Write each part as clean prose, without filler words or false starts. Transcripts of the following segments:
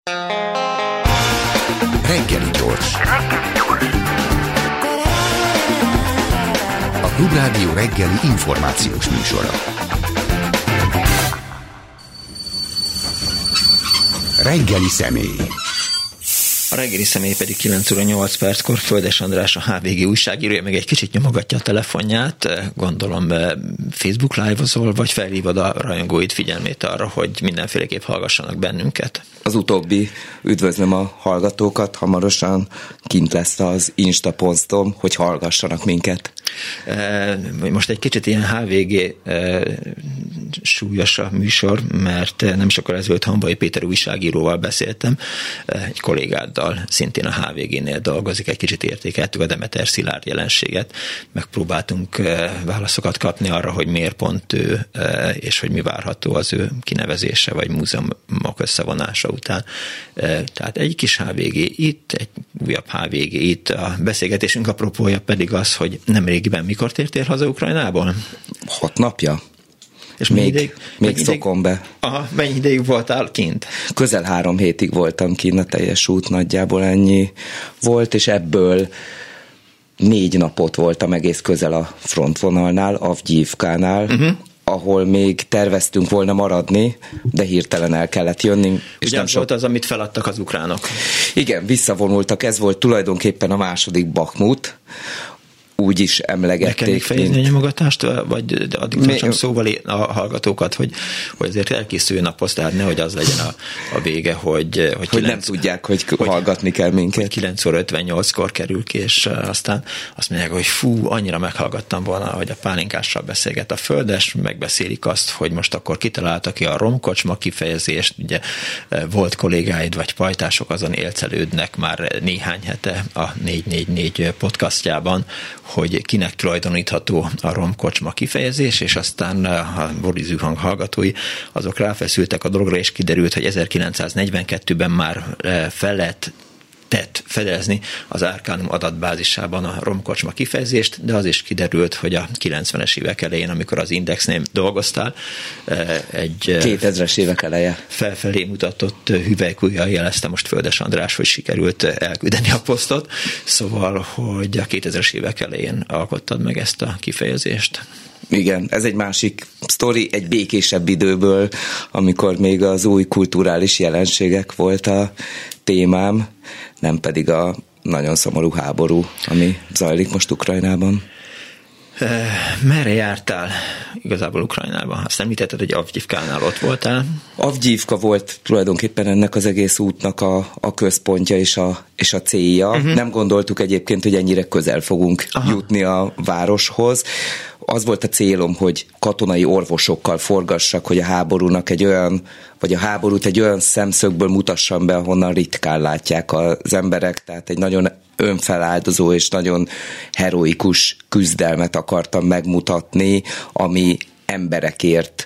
Reggeli gyors. A Klubrádió reggeli információs műsora. Reggeli személy. A reggeli személy pedig 9 óra 8 perckor Földes András, a HVG újságírója, meg egy kicsit nyomogatja a telefonját, gondolom Facebook live-ozol, vagy felhívod a rajongóid figyelmét arra, hogy mindenféleképp hallgassanak bennünket. Az utóbbi, üdvözlöm a hallgatókat, hamarosan kint lesz az Insta posztom, hogy hallgassanak minket. Most egy kicsit ilyen HVG súlyos a műsor, mert nem sokkal ezelőtt Hamvai Péter újságíróval beszéltem, egy kollégáddal, szintén a HVG-nél dolgozik, egy kicsit értékeltük a Demeter Szilárd jelenséget, megpróbáltunk válaszokat kapni arra, hogy miért pont ő, és hogy mi várható az ő kinevezése, vagy múzeumok összevonása után. Tehát egy kis HVG itt, egy újabb HVG itt, a beszélgetésünk apropója pedig az, hogy nemrégiben mikor tértél haza Ukrajnából? 6 napja. És még szokom be. Aha, mennyi ideig voltál kint? Közel 3 hétig voltam kint, a teljes út nagyjából ennyi volt, és ebből 4 napot voltam egész közel a frontvonalnál, Avgyívkánál, ahol még terveztünk volna maradni, de hirtelen el kellett jönni. És ugye az volt az, amit feladtak az ukránok. Igen, visszavonultak, ez volt tulajdonképpen a második Bakhmut, úgy is emlegették. Nekem még fejezni a nyomogatást, vagy addig csak szóval a hallgatókat, hogy azért elkészüljön a poszt, tehát nehogy az legyen a vége, hogy nem tudják, hogy hallgatni kell minket. 9 óra 58-kor kerül ki, és aztán azt mondják, hogy fú, annyira meghallgattam volna, hogy a pálinkással beszélget a Földes, megbeszélik azt, hogy most akkor kitalálta ki a romkocsma kifejezést, ugye volt kollégáid vagy pajtások azon élcelődnek már néhány hete a 444 podcastjában, hogy kinek tulajdonítható a romkocsma kifejezés, és aztán a Boris Zühang hallgatói azok ráfeszültek a dologra, és kiderült, hogy 1942-ben már fel lehet fedezni az Arcanum adatbázisában a romkocsma kifejezést, de az is kiderült, hogy a 90-es évek elején, amikor az Indexnél dolgoztál, egy 2000-es évek eleje felfelé mutatott hüvelykujjal jelezte most Földes András, hogy sikerült elküldeni a posztot, szóval, hogy a 2000-es évek elején alkottad meg ezt a kifejezést. Igen, ez egy másik sztori, egy békésebb időből, amikor még az új kulturális jelenségek volt a témám, nem pedig a nagyon szomorú háború, ami zajlik most Ukrajnában. Merre jártál igazából Ukrajnában? Azt említetted, hogy Avgyívkánál ott voltál. Avgyívka volt tulajdonképpen ennek az egész útnak a központja és a célja. Nem gondoltuk egyébként, hogy ennyire közel fogunk jutni a városhoz. Az volt a célom, hogy katonai orvosokkal forgassak, hogy a háborúnak vagy a háborút egy olyan szemszögből mutassam be, ahonnan ritkán látják az emberek, tehát egy nagyon önfeláldozó és nagyon heroikus küzdelmet akartam megmutatni, ami emberekért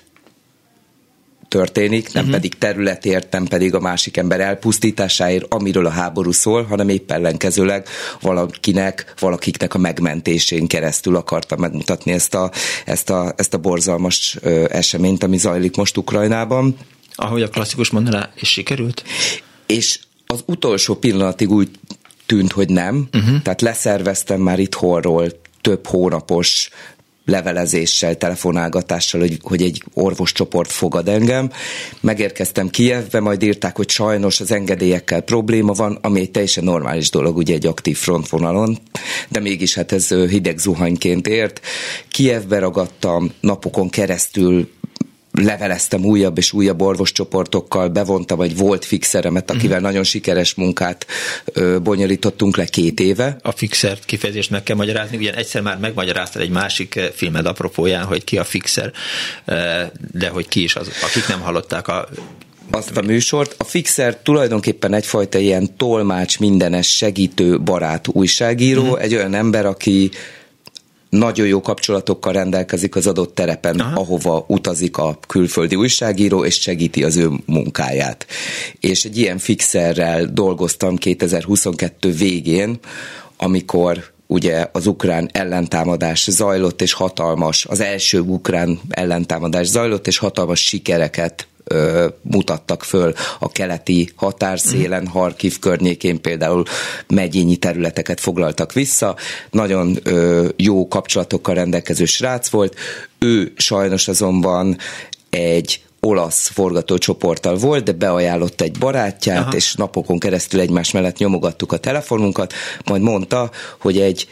történik, nem pedig területért, nem pedig a másik ember elpusztításáért, amiről a háború szól, hanem épp ellenkezőleg valakiknek a megmentésén keresztül akartam megmutatni ezt a borzalmas eseményt, ami zajlik most Ukrajnában. Ahogy a klasszikus mondaná, és sikerült? És az utolsó pillanatig úgy tűnt, hogy nem. Tehát leszerveztem már itthonról több hónapos levelezéssel, telefonálgatással, hogy egy orvoscsoport fogad engem. Megérkeztem Kijevbe, majd írták, hogy sajnos az engedélyekkel probléma van, ami egy teljesen normális dolog, ugye egy aktív frontvonalon, de mégis hát ez hideg zuhanyként ért. Kijevbe ragadtam, napokon keresztül leveleztem újabb és újabb orvoscsoportokkal, bevontam egy volt fixeremet, akivel nagyon sikeres munkát bonyolítottunk le 2 éve. A fixer kifejezést meg kell magyarázni, ugyan egyszer már megmagyaráztad egy másik filmed apropóján, hogy ki a fixer, de hogy ki is az, akik nem hallották azt a műsort. A fixer tulajdonképpen egyfajta ilyen tolmács, mindenes, segítő, barát újságíró, egy olyan ember, aki nagyon jó kapcsolatokkal rendelkezik az adott terepen, ahova utazik a külföldi újságíró, és segíti az ő munkáját. És egy ilyen fixerrel dolgoztam 2022 végén, amikor ugye az ukrán ellentámadás zajlott, és az első ukrán ellentámadás zajlott, és hatalmas sikereket mutattak föl a keleti határszélen, Harkiv környékén például megyényi területeket foglaltak vissza. Nagyon jó kapcsolatokkal rendelkező srác volt. Ő sajnos azonban egy olasz forgatócsoporttal volt, de beajánlott egy barátját, és napokon keresztül egymás mellett nyomogattuk a telefonunkat, majd mondta, hogy egy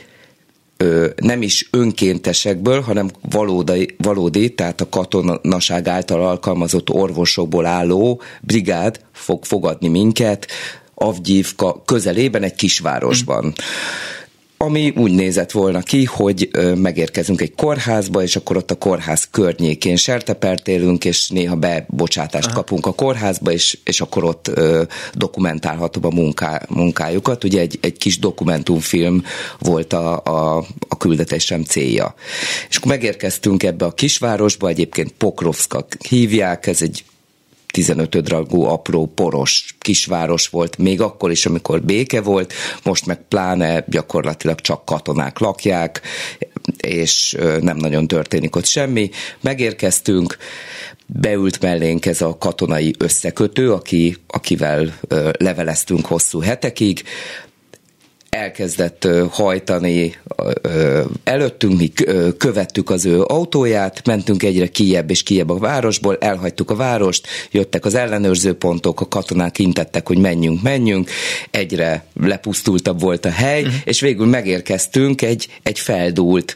nem is önkéntesekből, hanem valódi, tehát a katonaság által alkalmazott orvosokból álló brigád fog fogadni minket Avgyivka közelében, egy kisvárosban. Ami úgy nézett volna ki, hogy megérkezünk egy kórházba, és akkor ott a kórház környékén sertepertélünk, és néha bebocsátást kapunk a kórházba, és akkor ott dokumentálhatóbb a munkájukat. Ugye egy kis dokumentumfilm volt a küldetésem célja. És akkor megérkeztünk ebbe a kisvárosba, egyébként Pokrovska hívják, ez egy 15 ödrangú, apró, poros kisváros volt, még akkor is, amikor béke volt, most meg pláne gyakorlatilag csak katonák lakják, és nem nagyon történik ott semmi. Megérkeztünk, beült mellénk ez a katonai összekötő, akivel leveleztünk hosszú hetekig, elkezdett hajtani előttünk, mi követtük az ő autóját, mentünk egyre kijebb és kijebb a városból, elhagytuk a várost, jöttek az ellenőrzőpontok, a katonák intettek, hogy menjünk, egyre lepusztultabb volt a hely, és végül megérkeztünk egy feldúlt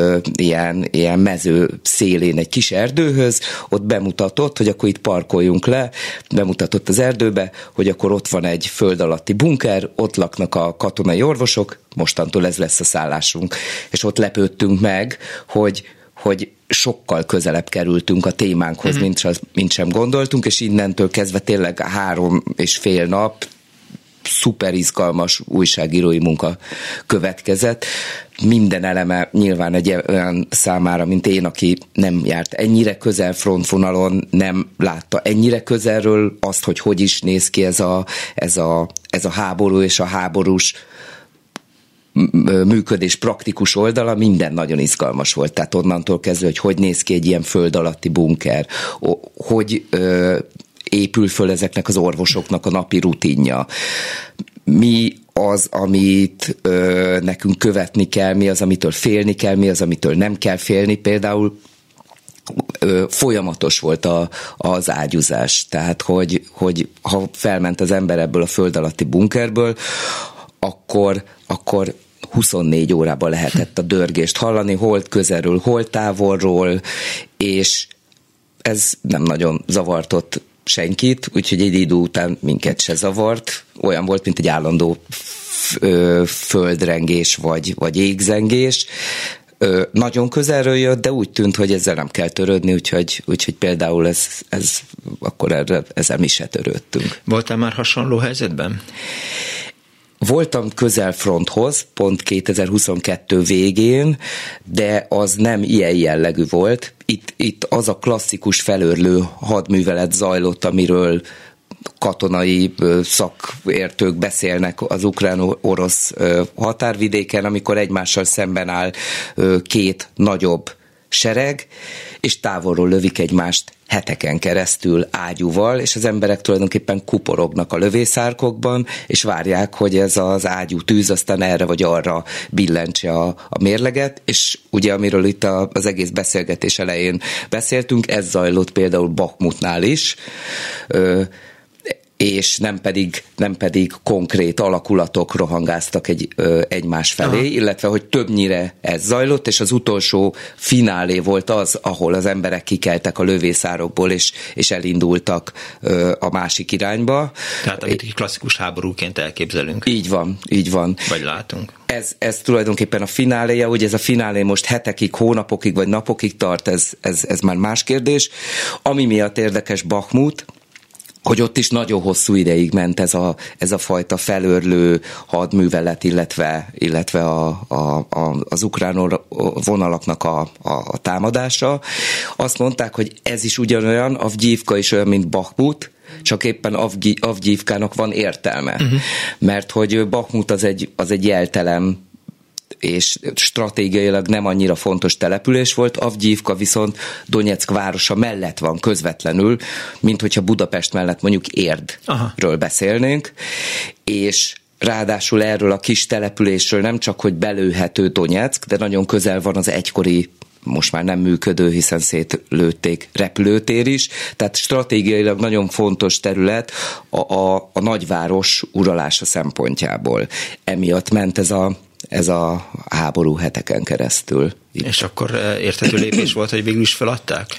ilyen mező szélén egy kis erdőhöz, ott bemutatott, hogy akkor itt parkoljunk le, bemutatott az erdőbe, hogy akkor ott van egy föld alatti bunker, ott laknak a katonai orvosok, mostantól ez lesz a szállásunk. És ott lepődtünk meg, hogy sokkal közelebb kerültünk a témánkhoz, mint sem gondoltunk, és innentől kezdve tényleg 3,5 nap szuper izgalmas újságírói munka következett. Minden eleme nyilván egy olyan számára, mint én, aki nem járt ennyire közel frontvonalon, nem látta ennyire közelről azt, hogy is néz ki ez a háború és a háborús működés praktikus oldala, minden nagyon izgalmas volt. Tehát onnantól kezdve, hogy néz ki egy ilyen föld alatti bunker, hogy épül föl ezeknek az orvosoknak a napi rutinja. Mi az, amit nekünk követni kell, mi az, amitől félni kell, mi az, amitől nem kell félni. Például folyamatos volt az ágyúzás. Tehát, hogy ha felment az ember ebből a föld alatti bunkerből, akkor 24 órában lehetett a dörgést hallani, hol közelről, hol távolról, és ez nem nagyon zavartott senkit, úgyhogy egy idő után minket se zavart. Olyan volt, mint egy állandó földrengés vagy égzengés. Nagyon közelről jött, de úgy tűnt, hogy ezzel nem kell törődni, úgyhogy például akkor ezzel mi se törődtünk. Voltál már hasonló helyzetben? Voltam közel fronthoz, pont 2022 végén, de az nem ilyen jellegű volt. Itt az a klasszikus felőrlő hadművelet zajlott, amiről katonai szakértők beszélnek az ukrán-orosz határvidéken, amikor egymással szemben áll két nagyobb sereg, és távolról lövik egymást heteken keresztül ágyúval, és az emberek tulajdonképpen kuporognak a lövészárkokban, és várják, hogy ez az ágyú tűz aztán erre vagy arra billentse a mérleget, és ugye amiről itt az egész beszélgetés elején beszéltünk, ez zajlott például Bakhmutnál is, és nem pedig konkrét alakulatok rohangáztak egymás felé, illetve hogy többnyire ez zajlott, és az utolsó finálé volt az, ahol az emberek kikeltek a lövészárokból, és elindultak a másik irányba. Tehát amit egy klasszikus háborúként elképzelünk. Így van. Vagy látunk. Ez tulajdonképpen a fináléja, hogy ez a finálé most hetekig, hónapokig vagy napokig tart, ez már más kérdés. Ami miatt érdekes Bakhmut, hogy ott is nagyon hosszú ideig ment ez a fajta felőrlő hadművelet, illetve az ukrán vonalaknak a támadása. Azt mondták, hogy ez is ugyanolyan, Avgyivka is olyan, mint Bakhmut, csak éppen Avgyivkának van értelme. Mert hogy Bakhmut az egy jeltelem és stratégiailag nem annyira fontos település volt. Avgyívka viszont Donyeck városa mellett van közvetlenül, mint hogyha Budapest mellett mondjuk Érdről beszélnénk, és ráadásul erről a kis településről nem csak, hogy belőhető Donyeck, de nagyon közel van az egykori, most már nem működő, hiszen szétlőtték repülőtér is, tehát stratégiailag nagyon fontos terület a nagyváros uralása szempontjából. Emiatt ment ez a háború heteken keresztül. És akkor érthető lépés volt, hogy végül is feladták?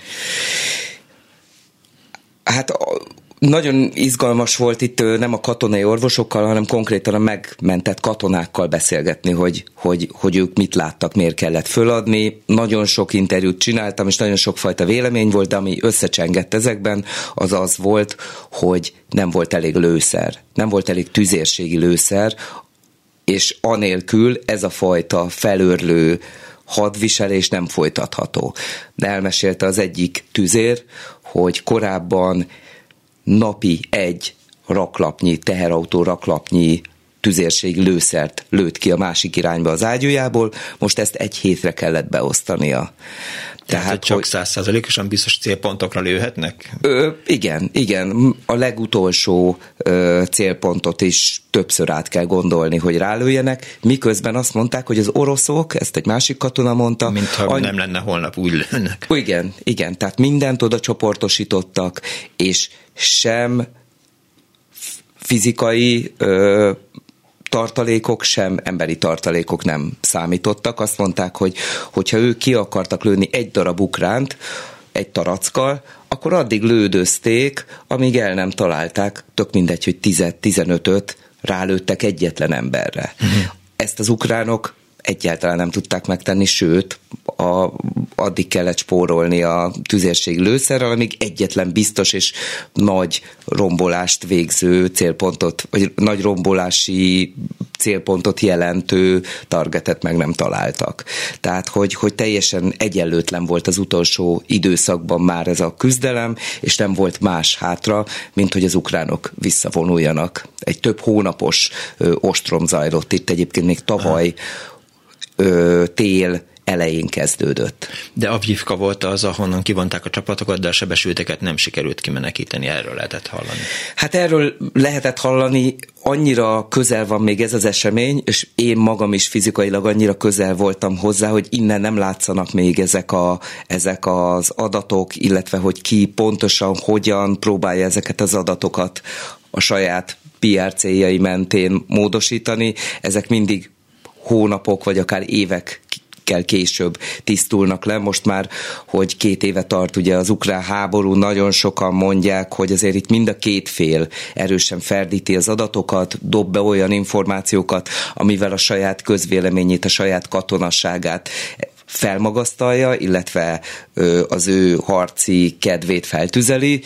Hát nagyon izgalmas volt itt nem a katonai orvosokkal, hanem konkrétan a megmentett katonákkal beszélgetni, hogy ők mit láttak, miért kellett föladni. Nagyon sok interjút csináltam, és nagyon sokfajta vélemény volt, de ami összecsengett ezekben, az volt, hogy nem volt elég lőszer, nem volt elég tüzérségi lőszer, és anélkül ez a fajta felőrlő hadviselés nem folytatható. De elmesélte az egyik tüzér, hogy korábban napi egy raklapnyi, teherautó raklapnyi tüzérségi lőszert lőtt ki a másik irányba az ágyújából, most ezt egy hétre kellett beosztania. Tehát csak 100%-osan biztos célpontokra lőhetnek? Igen. A legutolsó célpontot is többször át kell gondolni, hogy rálőjenek, miközben azt mondták, hogy az oroszok, ezt egy másik katona mondta. Mintha nem lenne holnap úgy lőnek. Igen, tehát mindent oda csoportosítottak, és sem fizikai tartalékok, sem emberi tartalékok nem számítottak. Azt mondták, hogy hogyha ők ki akartak lőni egy darab ukránt, egy tarackkal, akkor addig lődözték, amíg el nem találták, tök mindegy, hogy 10-15-öt rálőttek egyetlen emberre. Ezt az ukránok egyáltalán nem tudták megtenni, sőt, addig kellett spórolni a tüzérségi lőszerrel, amíg egyetlen biztos és nagy rombolást végző célpontot, vagy nagy rombolási célpontot jelentő targetet meg nem találtak. Tehát, hogy teljesen egyenlőtlen volt az utolsó időszakban már ez a küzdelem, és nem volt más hátra, mint hogy az ukránok visszavonuljanak. Egy több hónapos ostrom zajlott itt, egyébként még tavaly tél elején kezdődött. De Avgyívka volt az, ahonnan kivonták a csapatokat, de a sebesülteket nem sikerült kimenekíteni, erről lehetett hallani. Hát erről lehetett hallani, annyira közel van még ez az esemény, és én magam is fizikailag annyira közel voltam hozzá, hogy innen nem látszanak még ezek az adatok, illetve hogy ki pontosan hogyan próbálja ezeket az adatokat a saját PR céljai mentén módosítani. Ezek mindig hónapok, vagy akár évekkel később tisztulnak le. Most már, hogy 2 éve tart ugye az ukrán háború, nagyon sokan mondják, hogy azért itt mind a két fél erősen ferdíti az adatokat, dob be olyan információkat, amivel a saját közvéleményét, a saját katonasságát felmagasztalja, illetve az ő harci kedvét feltüzeli,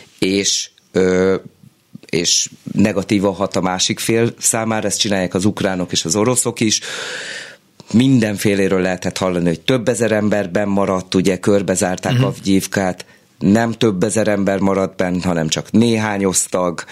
és negatívan hat a másik fél számára, ezt csinálják az ukránok és az oroszok is. Mindenféléről lehetett hallani, hogy több ezer ember benn maradt, ugye körbezárták Avgyívkát, nem több ezer ember maradt benn, hanem csak néhány osztag.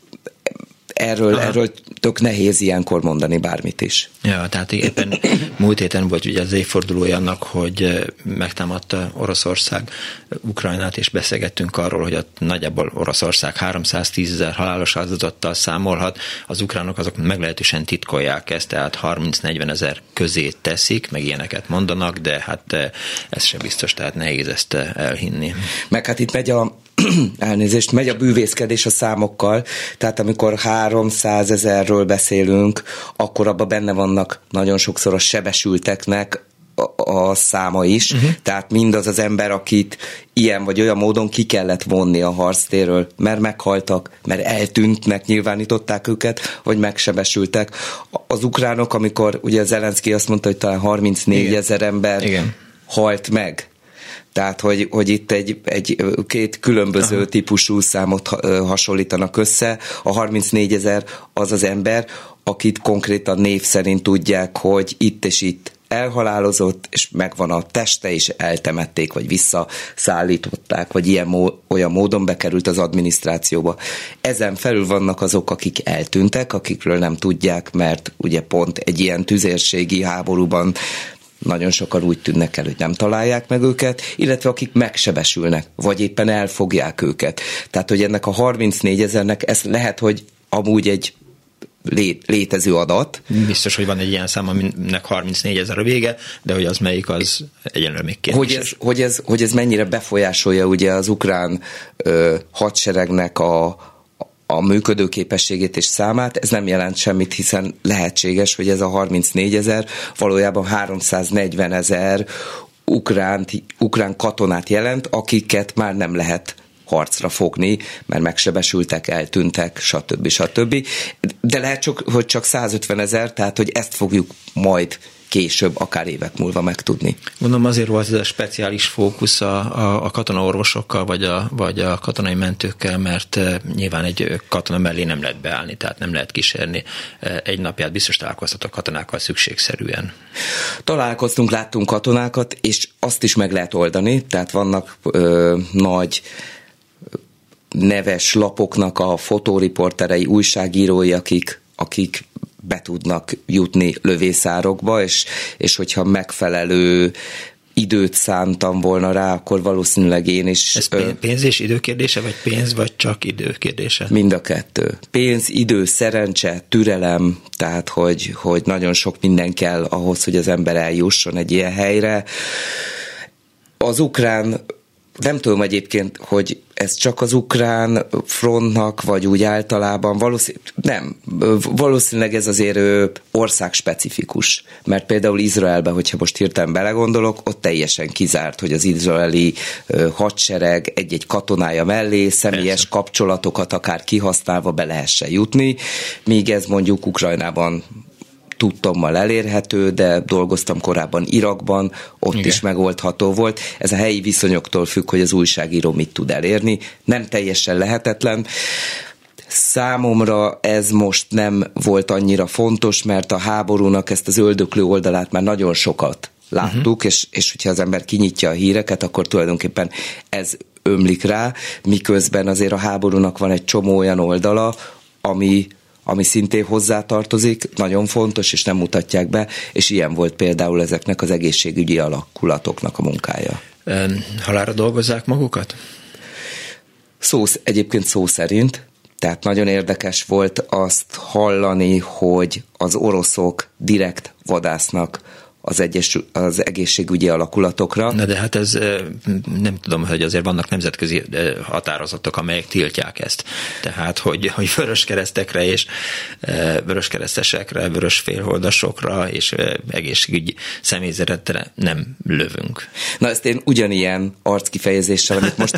Erről tök nehéz ilyenkor mondani bármit is. Ja, tehát éppen múlt héten volt ugye az évfordulója annak, hogy megtámadta Oroszország Ukrajnát, és beszélgettünk arról, hogy nagyjából Oroszország 310 000 halálos áldozattal számolhat, az ukránok azok meglehetősen titkolják ezt, tehát 30-40 000 közé teszik, meg ilyeneket mondanak, de hát ez sem biztos, tehát nehéz ezt elhinni. Meg hát itt megy a bűvészkedés a számokkal, tehát amikor 300 000-ről beszélünk, akkor abban benne vannak nagyon sokszor a sebesülteknek a száma is, tehát mindaz az ember, akit ilyen vagy olyan módon ki kellett vonni a harctérről, mert meghaltak, mert eltűntnek, nyilvánították őket, vagy megsebesültek. Az ukránok, amikor ugye Zelenszky azt mondta, hogy talán 34 000 ember halt meg, tehát, hogy itt két különböző típusú számot hasonlítanak össze. A 34 000 az az ember, akit konkrétan név szerint tudják, hogy itt és itt elhalálozott, és megvan a teste, és eltemették, vagy visszaszállították, vagy olyan módon bekerült az adminisztrációba. Ezen felül vannak azok, akik eltűntek, akikről nem tudják, mert ugye pont egy ilyen tüzérségi háborúban nagyon sokan úgy tűnnek el, hogy nem találják meg őket, illetve akik megsebesülnek, vagy éppen elfogják őket. Tehát, hogy ennek a 34 000-nek ez lehet, hogy amúgy egy létező adat. Biztos, hogy van egy ilyen szám, aminek 34 000 a vége, de hogy az melyik, az egyenlőre még kérdéses. Hogy ez mennyire befolyásolja ugye az ukrán hadseregnek a működőképességét és számát, ez nem jelent semmit, hiszen lehetséges, hogy ez a 34 000 valójában 340 000 ukrán katonát jelent, akiket már nem lehet harcra fogni, mert megsebesültek, eltűntek, stb. De lehet, hogy csak 150 000, tehát hogy ezt fogjuk majd később, akár évek múlva megtudni. Mondom, azért volt ez a speciális fókusz a katonaorvosokkal, vagy a katonai mentőkkel, mert nyilván egy katona mellé nem lehet beállni, tehát nem lehet kísérni. Egy napját biztos találkoztatok katonákkal szükségszerűen. Találkoztunk, láttunk katonákat, és azt is meg lehet oldani, tehát vannak nagy neves lapoknak a fotóriporterei, újságírói, akik be tudnak jutni lövészárokba, és hogyha megfelelő időt szántam volna rá, akkor valószínűleg én is... Ez pénz és idő kérdése, vagy pénz, vagy csak idő kérdése? Mind a kettő. Pénz, idő, szerencse, türelem, tehát hogy nagyon sok minden kell ahhoz, hogy az ember eljusson egy ilyen helyre. Az ukrán... Nem tudom egyébként, hogy ez csak az ukrán frontnak, vagy úgy általában, valószínűleg ez azért országspecifikus. Mert például Izraelben, hogyha most hirtelen belegondolok, ott teljesen kizárt, hogy az izraeli hadsereg egy-egy katonája mellé személyes kapcsolatokat akár kihasználva be lehessen jutni, míg ez mondjuk Ukrajnában tudtommal elérhető, de dolgoztam korábban Irakban, ott igen, is megoldható volt. Ez a helyi viszonyoktól függ, hogy az újságíró mit tud elérni. Nem teljesen lehetetlen. Számomra ez most nem volt annyira fontos, mert a háborúnak ezt az öldöklő oldalát már nagyon sokat láttuk, és hogyha az ember kinyitja a híreket, akkor tulajdonképpen ez ömlik rá, miközben azért a háborúnak van egy csomó olyan oldala, ami szintén hozzátartozik, nagyon fontos, és nem mutatják be, és ilyen volt például ezeknek az egészségügyi alakulatoknak a munkája. Halálra dolgozzák magukat? Egyébként szó szerint, tehát nagyon érdekes volt azt hallani, hogy az oroszok direkt vadásznak az egészségügyi alakulatokra. Na de hát ez nem tudom, hogy azért vannak nemzetközi határozatok, amelyek tiltják ezt. Tehát, hogy vöröskeresztekre és vöröskeresztesekre, vörösfélholdasokra és egészségügyi személyzetre nem lövünk. Na ezt én ugyanilyen arckifejezéssel, amit most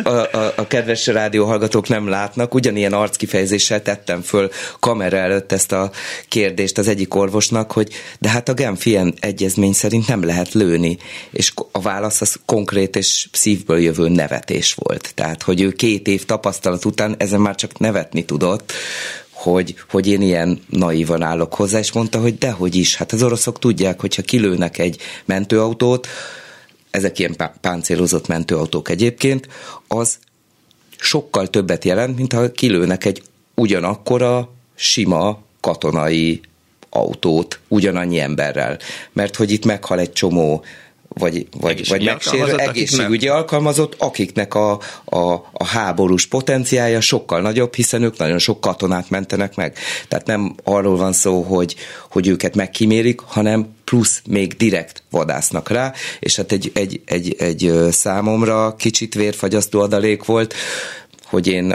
a kedves rádióhallgatók nem látnak, ugyanilyen arckifejezéssel tettem föl kamera előtt ezt a kérdést az egyik orvosnak, hogy de hát a Genfi egyezmény szerint nem lehet lőni, és a válasz az konkrét és szívből jövő nevetés volt. Tehát, hogy ő 2 év tapasztalat után ezen már csak nevetni tudott, hogy én ilyen naívan állok hozzá, és mondta, hogy dehogy is, hát az oroszok tudják, hogyha kilőnek egy mentőautót, ezek ilyen páncélozott mentőautók egyébként, az sokkal többet jelent, mint ha kilőnek egy ugyanakkora sima katonai autót ugyanannyi emberrel. Mert hogy itt meghal egy csomó vagy megsérül egészségügyi alkalmazott, akiknek a háborús potenciálja sokkal nagyobb, hiszen ők nagyon sok katonát mentenek meg. Tehát nem arról van szó, hogy őket megkímérik, hanem plusz még direkt vadásznak rá, és hát egy számomra kicsit vérfagyasztó adalék volt, hogy én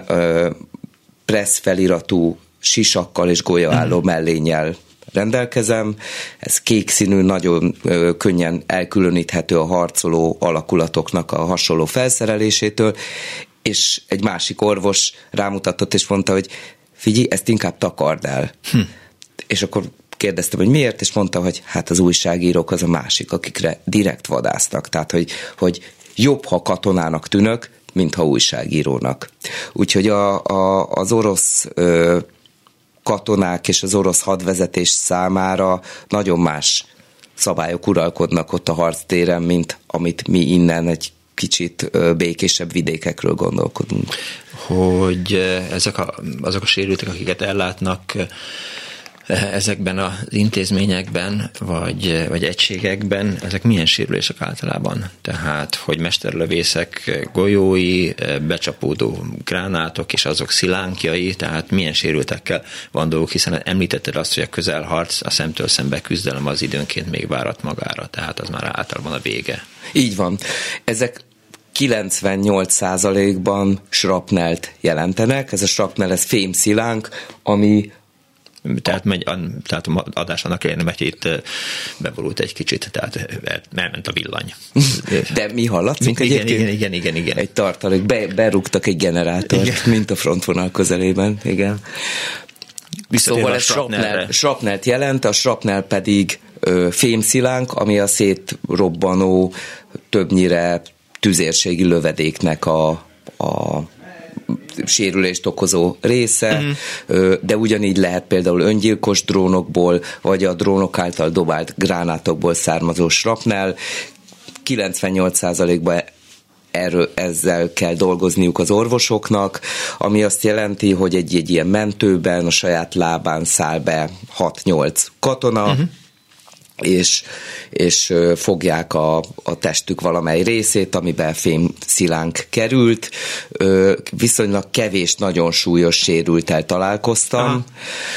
pressz feliratú sisakkal és golyaálló mellénnyel rendelkezem, ez kék színű, nagyon könnyen elkülöníthető a harcoló alakulatoknak a hasonló felszerelésétől, és egy másik orvos rámutatott és mondta, hogy figyelj, ezt inkább takard el. És akkor kérdeztem, hogy miért, és mondta, hogy hát az újságírók az a másik, akikre direkt vadásznak, tehát hogy jobb, ha katonának tűnök, mint ha újságírónak. Úgyhogy az orosz katonák és az orosz hadvezetés számára nagyon más szabályok uralkodnak ott a harctéren, mint amit mi innen egy kicsit békésebb vidékekről gondolkodunk. Hogy azok a sérültek, akiket ellátnak ezekben az intézményekben, vagy egységekben, ezek milyen sérülések általában? Tehát, hogy mesterlövészek golyói, becsapódó gránátok és azok szilánkjai, tehát milyen sérültekkel van dolgok, hiszen említetted azt, hogy a közelharc, a szemtől szembe küzdelem az időnként még várat magára, tehát az már általában a vége. Így van. Ezek 98%-ban shrapnelt jelentenek. Ez a shrapnel, ez fémszilánk, ami tehát adás annak ellenére, mert itt beborult egy kicsit, tehát elment a villany. De mi hallatszunk egyébként? Igen. Egy tartalék, berúgtak egy generátort, igen. Mint a frontvonal közelében, igen. Szóval ez shrapnelt jelent, a shrapnel pedig fémszilánk, ami a szétrobbanó, többnyire tüzérségi lövedéknek a sérülést okozó része, de ugyanígy lehet például öngyilkos drónokból, vagy a drónok által dobált gránátokból származó shrapnel. 98%-ban ezzel kell dolgozniuk az orvosoknak, ami azt jelenti, hogy egy ilyen mentőben a saját lábán száll be 6-8 katona, és fogják a testük valamely részét, amiben fémszilánk került. Viszonylag kevés, nagyon súlyos sérülttel találkoztam.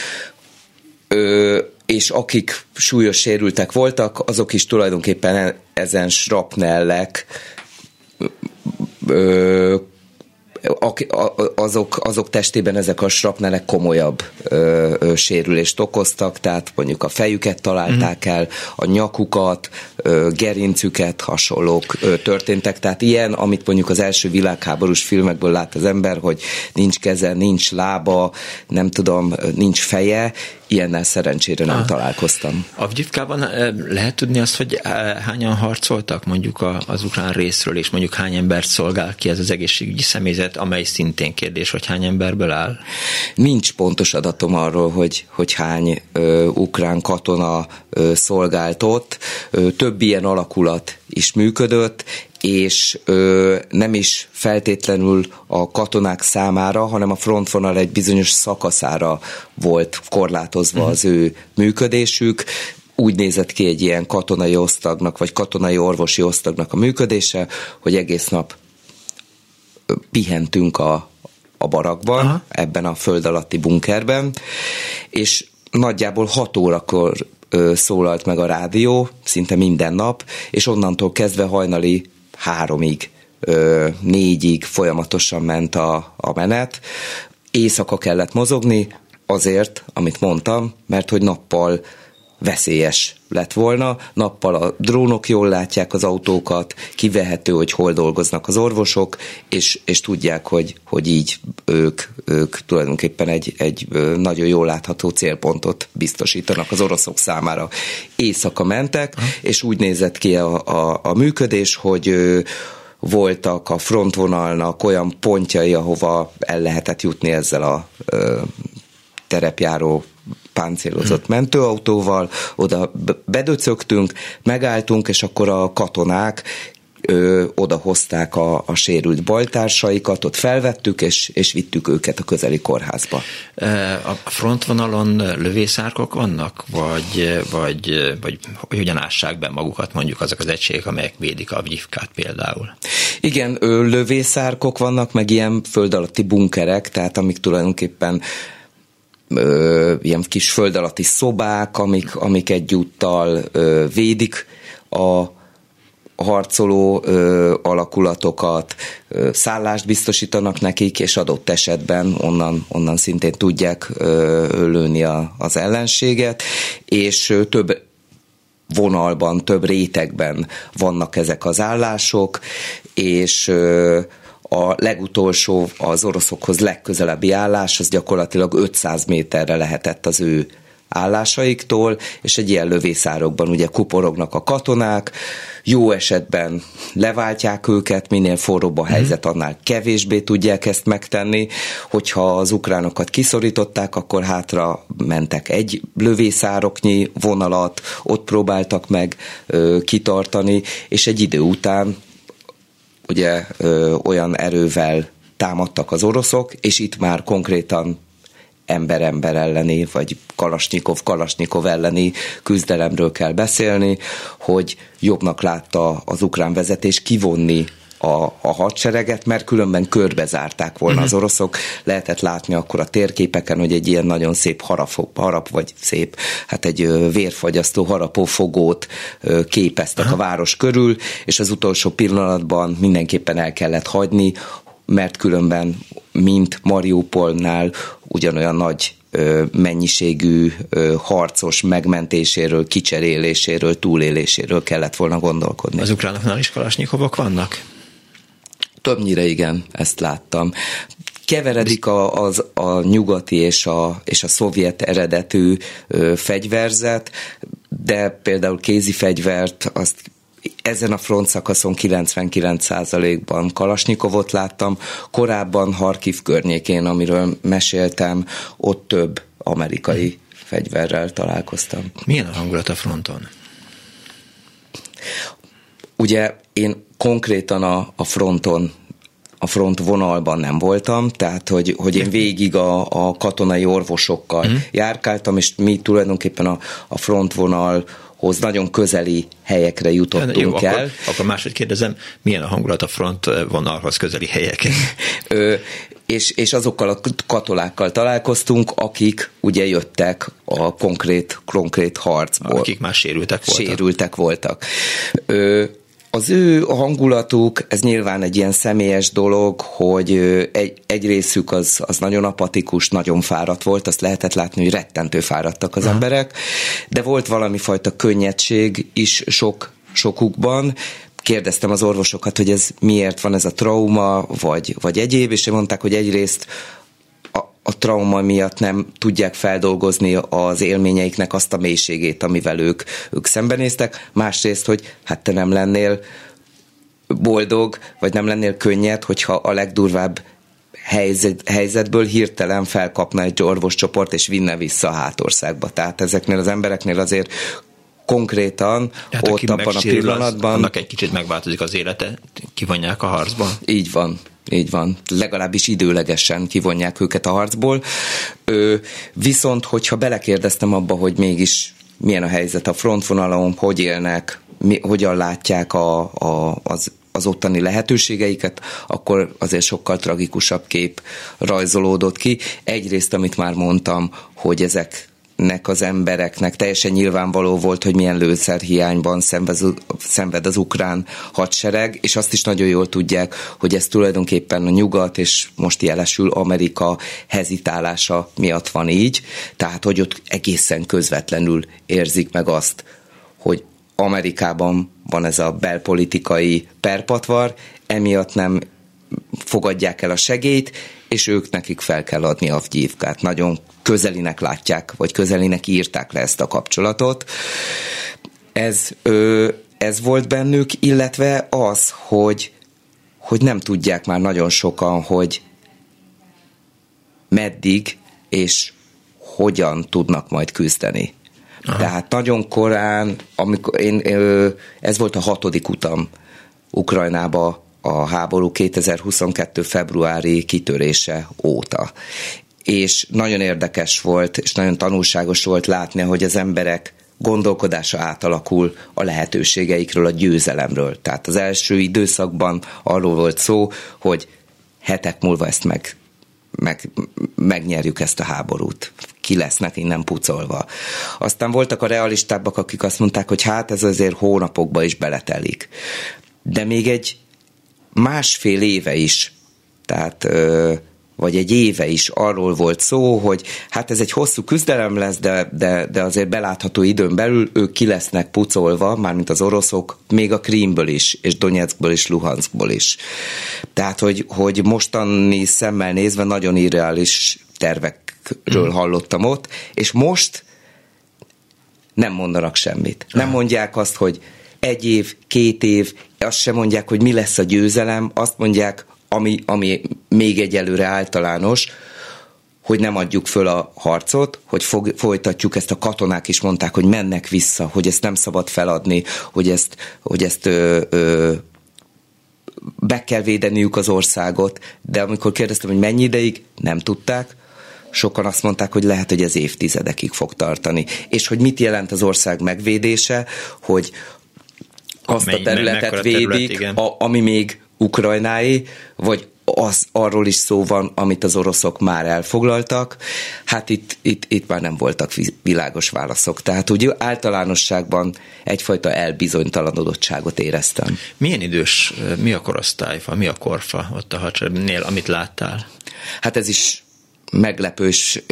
És akik súlyos sérültek voltak, azok is tulajdonképpen ezen shrapnellek azok testében ezek a shrapnelek komolyabb sérülést okoztak, tehát mondjuk a fejüket találták el, a nyakukat, gerincüket, hasonlók történtek, tehát ilyen, amit mondjuk az első világháborús filmekből lát az ember, hogy nincs keze, nincs lába, nem tudom, nincs feje, ilyennel szerencsére nem találkoztam. Avgyivkában lehet tudni azt, hogy hányan harcoltak mondjuk az ukrán részről, és mondjuk hány embert szolgál ki ez az egészségügyi személyzet, amely szintén kérdés, hogy hány emberből áll? Nincs pontos adatom arról, hogy hány ukrán katona szolgált ott. Több ilyen alakulat is működött, és nem is feltétlenül a katonák számára, hanem a frontvonal egy bizonyos szakaszára volt korlátozva az ő működésük. Úgy nézett ki egy ilyen katonai osztagnak, vagy katonai orvosi osztagnak a működése, hogy egész nap pihentünk a barakban, ebben a föld alatti bunkerben, és nagyjából 6 órakor szólalt meg a rádió, szinte minden nap, és onnantól kezdve hajnali 3-ig, 4-ig folyamatosan ment a menet. Éjszaka kellett mozogni, azért, amit mondtam, mert hogy nappal veszélyes lett volna. Nappal a drónok jól látják az autókat, kivehető, hogy hol dolgoznak az orvosok, és tudják, hogy így ők tulajdonképpen egy nagyon jól látható célpontot biztosítanak az oroszok számára. Éjszaka mentek, és úgy nézett ki a működés, hogy voltak a frontvonalnak olyan pontjai, ahova el lehetett jutni ezzel a terepjáró páncélozott mentőautóval, oda bedöcögtünk, megálltunk, és akkor a katonák oda hozták a sérült bajtársaikat, ott felvettük, és vittük őket a közeli kórházba. A frontvonalon lövészárkok vannak? Vagy hogyan ássák be magukat mondjuk azok az egységek, amelyek védik Avgyivkát például? Igen, lövészárkok vannak, meg ilyen föld alatti bunkerek, tehát amik tulajdonképpen ilyen kis föld alatti szobák, amik egyúttal védik a harcoló alakulatokat, szállást biztosítanak nekik, és adott esetben onnan szintén tudják lőni az ellenséget, és több vonalban, több rétegben vannak ezek az állások, és a legutolsó, az oroszokhoz legközelebbi állás, az gyakorlatilag 500 méterre lehetett az ő állásaiktól, és egy ilyen lövészárokban ugye kuporognak a katonák, jó esetben leváltják őket, minél forróbb a helyzet, annál kevésbé tudják ezt megtenni, hogyha az ukránokat kiszorították, akkor hátra mentek egy lövészároknyi vonalat, ott próbáltak meg kitartani, és egy idő után ugye olyan erővel támadtak az oroszok, és itt már konkrétan ember-ember elleni, vagy Kalasnyikov elleni küzdelemről kell beszélni, hogy jobbnak látta az ukrán vezetés kivonni a hadsereget, mert különben körbezárták volna az oroszok. Lehetett látni akkor a térképeken, hogy egy ilyen nagyon szép harap, vagy szép, hát egy vérfagyasztó harapófogót képeztek a város körül, és az utolsó pillanatban mindenképpen el kellett hagyni, mert különben, mint Mariupolnál, ugyanolyan nagy mennyiségű harcos megmentéséről, kicseréléséről, túléléséről kellett volna gondolkodni. Az ukránoknál is kalasnyikovok vannak? Többnyire igen, ezt láttam. Keveredik a nyugati és a szovjet eredetű fegyverzet, de például kézi fegyvert, azt ezen a frontszakaszon 99%-ban Kalasnyikovot láttam, korábban Harkiv környékén, amiről meséltem, ott több amerikai fegyverrel találkoztam. Milyen a hangulat a fronton? Ugye én konkrétan a front vonalban nem voltam, tehát hogy én végig a katonai orvosokkal járkáltam, és mi tulajdonképpen a frontvonalhoz nagyon közeli helyekre jutottunk el. Akkor máshogy kérdezem, milyen a hangulat a frontvonalhoz közeli helyeken? És azokkal a katonákkal találkoztunk, akik ugye jöttek a konkrét harcból. Akik már sérültek voltak. Az ő hangulatuk, ez nyilván egy ilyen személyes dolog, hogy egy részük az nagyon apatikus, nagyon fáradt volt, azt lehetett látni, hogy rettentő fáradtak az emberek, de volt valami fajta könnyedség is sokukban. Kérdeztem az orvosokat, hogy ez miért van ez a trauma, vagy egyéb, és mondták, hogy egyrészt a trauma miatt nem tudják feldolgozni az élményeiknek azt a mélységét, amivel ők szembenéztek. Másrészt, hogy hát te nem lennél boldog, vagy nem lennél könnyed, hogyha a legdurvább helyzetből hirtelen felkapna egy orvoscsoport, és vinne vissza a hátországba. Tehát ezeknél az embereknél azért konkrétan hát ott abban a pillanatban... Annak egy kicsit megváltozik az élete, kivonják a harcba. Így van. Legalábbis időlegesen kivonják őket a harcból. Viszont, hogyha belekérdeztem abba, hogy mégis milyen a helyzet a frontvonalon, hogy élnek, hogyan látják az ottani lehetőségeiket, akkor azért sokkal tragikusabb kép rajzolódott ki. Egyrészt, amit már mondtam, hogy ezeknek az embereknek teljesen nyilvánvaló volt, hogy milyen lőszerhiányban szenved az ukrán hadsereg, és azt is nagyon jól tudják, hogy ez tulajdonképpen a nyugat, és most jelesül Amerika hezitálása miatt van így, tehát hogy ott egészen közvetlenül érzik meg azt, hogy Amerikában van ez a belpolitikai perpatvar, emiatt nem fogadják el a segélyt, és ők nekik fel kell adni Avgyívkát. Nagyon közelinek látják, vagy közelinek írták le ezt a kapcsolatot. Ez volt bennük, illetve az, hogy nem tudják már nagyon sokan, hogy meddig és hogyan tudnak majd küzdeni. Aha. Tehát nagyon korán, amikor ez volt a 6. utam Ukrajnába a háború 2022. februári kitörése óta. És nagyon érdekes volt, és nagyon tanulságos volt látni, hogy az emberek gondolkodása átalakul a lehetőségeikről, a győzelemről. Tehát az első időszakban arról volt szó, hogy hetek múlva ezt megnyerjük ezt a háborút. Ki lesznek innen pucolva. Aztán voltak a realistábbak, akik azt mondták, hogy hát ez azért hónapokba is beletelik. De még egy másfél éve is, tehát vagy egy éve is arról volt szó, hogy hát ez egy hosszú küzdelem lesz, de azért belátható időn belül ők ki lesznek pucolva, mármint az oroszok, még a Krímből is, és Donyeckből is, Luhanszkból is. Tehát, hogy mostani szemmel nézve nagyon irreális tervekről hallottam ott, és most nem mondanak semmit. Nem mondják azt, hogy 1 év, 2 év, azt sem mondják, hogy mi lesz a győzelem, azt mondják, ami még egyelőre általános, hogy nem adjuk föl a harcot, hogy folytatjuk, ezt a katonák is mondták, hogy mennek vissza, hogy ezt nem szabad feladni, hogy ezt be kell védeniük az országot, de amikor kérdeztem, hogy mennyi ideig, nem tudták. Sokan azt mondták, hogy lehet, hogy ez évtizedekig fog tartani. És hogy mit jelent az ország megvédése, hogy azt a területet védik, ami még Ukrajnáé, vagy arról is szó van, amit az oroszok már elfoglaltak. Hát itt már nem voltak világos válaszok. Tehát úgy általánosságban egyfajta elbizonytalanodottságot éreztem. Milyen idős, mi a korosztályfa, mi a korfa ott a hadseregnél, amit láttál? Hát ez is meglepő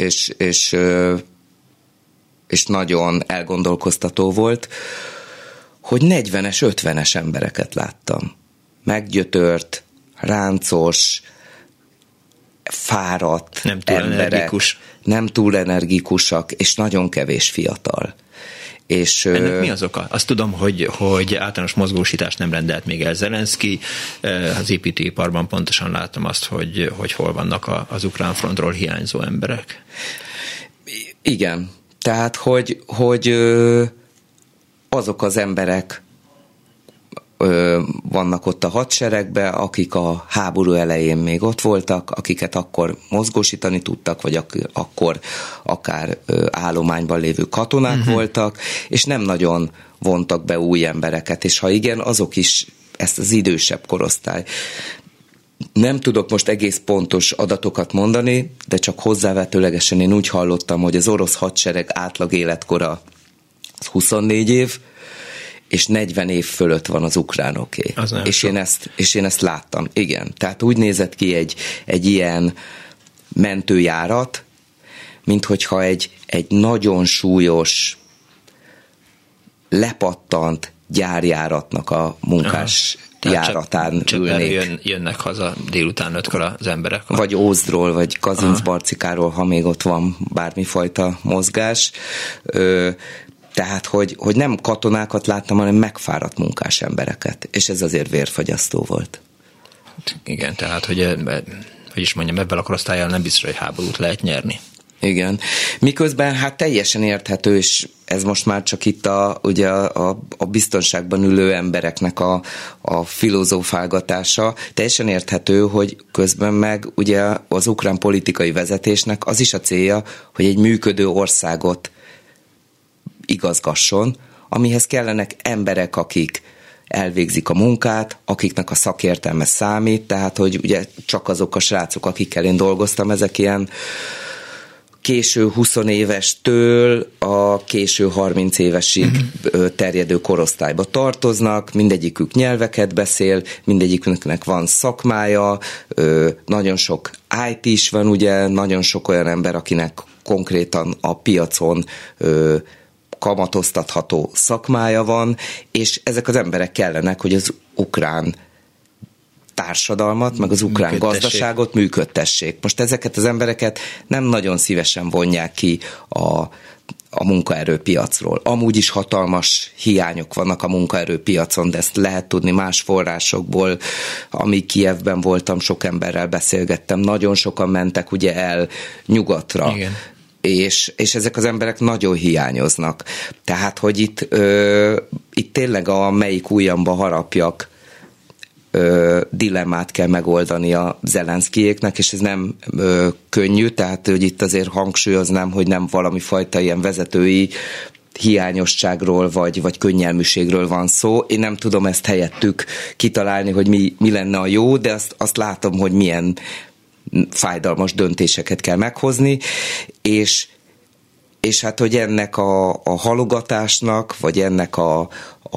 és nagyon elgondolkoztató volt, hogy 40-es, 50-es embereket láttam. Meggyötört, ráncos, fáradt emberek, nem túl energikusak, és nagyon kevés fiatal. És, ennek mi az oka? Azt tudom, hogy általános mozgósítást nem rendelt még el Zelenszky. Az építőiparban pontosan látom azt, hogy hol vannak az ukrán frontról hiányzó emberek. Igen. Tehát, hogy azok az emberek vannak ott a hadseregben, akik a háború elején még ott voltak, akiket akkor mozgósítani tudtak, vagy akkor akár állományban lévő katonák voltak, és nem nagyon vontak be új embereket, és ha igen, azok is ezt az idősebb korosztály. Nem tudok most egész pontos adatokat mondani, de csak hozzávetőlegesen én úgy hallottam, hogy az orosz hadsereg átlag életkora 24 év, és 40 év fölött van az ukránoké. És én ezt láttam. Igen. Tehát úgy nézett ki egy ilyen mentőjárat, minthogyha egy nagyon súlyos, lepattant gyárjáratnak a munkás járatán ülnék. Jönnek haza délután 5-kor az emberek. Vagy Ózdról, vagy Kazincbarcikáról, ha még ott van bármifajta mozgás. Tehát, hogy nem katonákat láttam, hanem megfáradt munkás embereket. És ez azért vérfagyasztó volt. Igen, tehát, hogy is mondjam, ebben a korosztállyal nem biztos, hogy háborút lehet nyerni. Igen. Miközben hát teljesen érthető, és ez most már csak itt ugye a biztonságban ülő embereknek a filozófálgatása, teljesen érthető, hogy közben meg ugye az ukrán politikai vezetésnek az is a célja, hogy egy működő országot igazgasson, amihez kellenek emberek, akik elvégzik a munkát, akiknek a szakértelme számít, tehát hogy ugye csak azok a srácok, akikkel én dolgoztam, ezek ilyen késő 20 évestől a késő 30 évesig terjedő korosztályba tartoznak, mindegyikük nyelveket beszél, mindegyiknek van szakmája, nagyon sok IT is van, ugye, nagyon sok olyan ember, akinek konkrétan a piacon kamatoztatható szakmája van, és ezek az emberek kellenek, hogy az ukrán társadalmat, meg az ukrán gazdaságot működtessék. Most ezeket az embereket nem nagyon szívesen vonják ki a munkaerőpiacról. Amúgy is hatalmas hiányok vannak a munkaerőpiacon, de ezt lehet tudni más forrásokból. Amíg Kijevben voltam, sok emberrel beszélgettem, nagyon sokan mentek ugye el nyugatra. Igen. És ezek az emberek nagyon hiányoznak. Tehát, hogy itt tényleg a melyik ujjamba harapjak dilemmát kell megoldani a Zelenszkyéknek, és ez nem könnyű, tehát hogy itt azért hangsúlyoznám, hogy nem valami fajta ilyen vezetői hiányosságról, vagy könnyelműségről van szó. Én nem tudom ezt helyettük kitalálni, hogy mi lenne a jó, de azt látom, hogy milyen fájdalmas döntéseket kell meghozni, és hát, hogy ennek a halogatásnak, vagy ennek a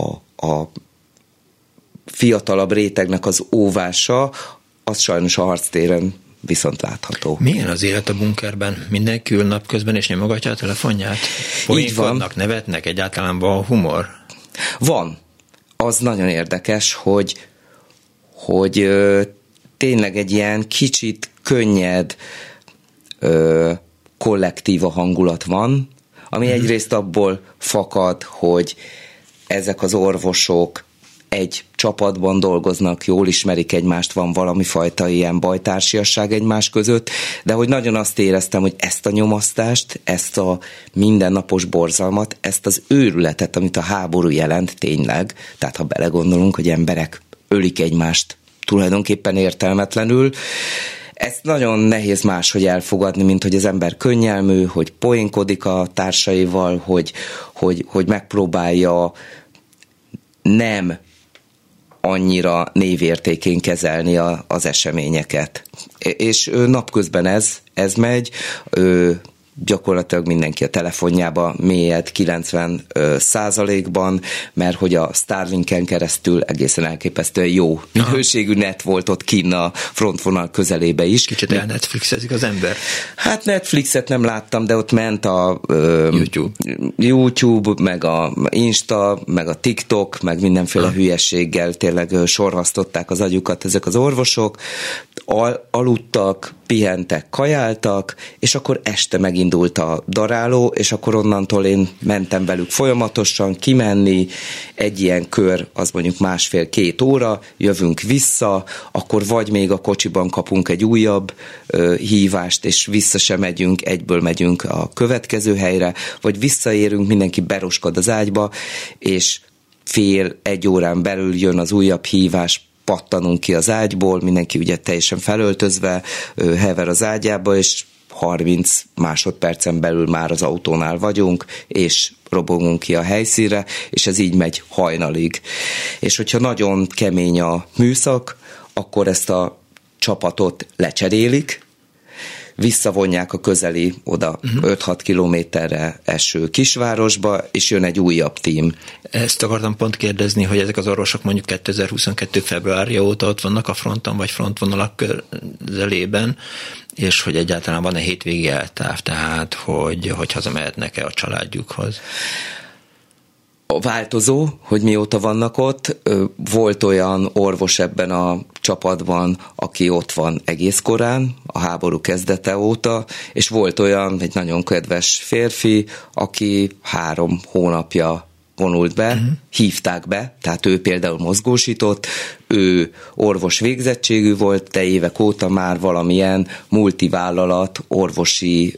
fiatalabb rétegnek az óvása, az sajnos a harctéren viszont látható. Milyen az élet a bunkerben? Mindenki ül napközben és nyomogatja a telefonját? Poénkodnak, nevetnek, egyáltalán van humor? Van. Az nagyon érdekes, hogy tényleg egy ilyen kicsit könnyed kollektíva hangulat van, ami egyrészt abból fakad, hogy ezek az orvosok egy csapatban dolgoznak, jól ismerik egymást, van valami fajta ilyen bajtársiasság egymás között, de hogy nagyon azt éreztem, hogy ezt a nyomasztást, ezt a mindennapos borzalmat, ezt az őrületet, amit a háború jelent tényleg, tehát ha belegondolunk, hogy emberek ölik egymást tulajdonképpen értelmetlenül, ezt nagyon nehéz máshogy elfogadni, mint hogy az ember könnyelmű, hogy poénkodik a társaival, hogy megpróbálja nem annyira névértékén kezelni az eseményeket. És napközben ez megy, gyakorlatilag mindenki a telefonjába mélyed 90%-ban, mert hogy a Starlinken keresztül egészen elképesztően jó minőségű net volt ott kinn a frontvonal közelébe is. Kicsit elnetflixezik az ember? Hát Netflixet nem láttam, de ott ment a YouTube, meg a Insta, meg a TikTok, meg mindenféle hülyességgel tényleg sorvasztották az agyukat ezek az orvosok, aludtak, pihentek, kajáltak, és akkor este megindult a daráló, és akkor onnantól én mentem velük folyamatosan kimenni, egy ilyen kör, az mondjuk 1,5-2 óra, jövünk vissza, akkor vagy még a kocsiban kapunk egy újabb hívást, és vissza sem megyünk, egyből megyünk a következő helyre, vagy visszaérünk, mindenki beroskad az ágyba, és 1,5 órán belül jön az újabb hívás, pattanunk ki az ágyból, mindenki ugye teljesen felöltözve hever az ágyába, és 30 másodpercen belül már az autónál vagyunk, és robogunk ki a helyszínre, és ez így megy hajnalig. És hogyha nagyon kemény a műszak, akkor ezt a csapatot lecserélik, visszavonják a közeli oda 5-6 kilométerre eső kisvárosba, és jön egy újabb tím. Ezt akartam pont kérdezni, hogy ezek az orvosok mondjuk 2022. februárja óta ott vannak a fronton, vagy frontvonalak közelében, és hogy egyáltalán van-e hétvégi eltáv, tehát hogy hazamehetnek-e a családjukhoz? A változó, hogy mióta vannak ott. Volt olyan orvos ebben a csapatban, aki ott van egész korán, a háború kezdete óta, és volt olyan, egy nagyon kedves férfi, aki 3 hónapja vonult be, hívták be, tehát ő például mozgósított, ő orvos végzettségű volt, de évek óta már valamilyen multivállalat, orvosi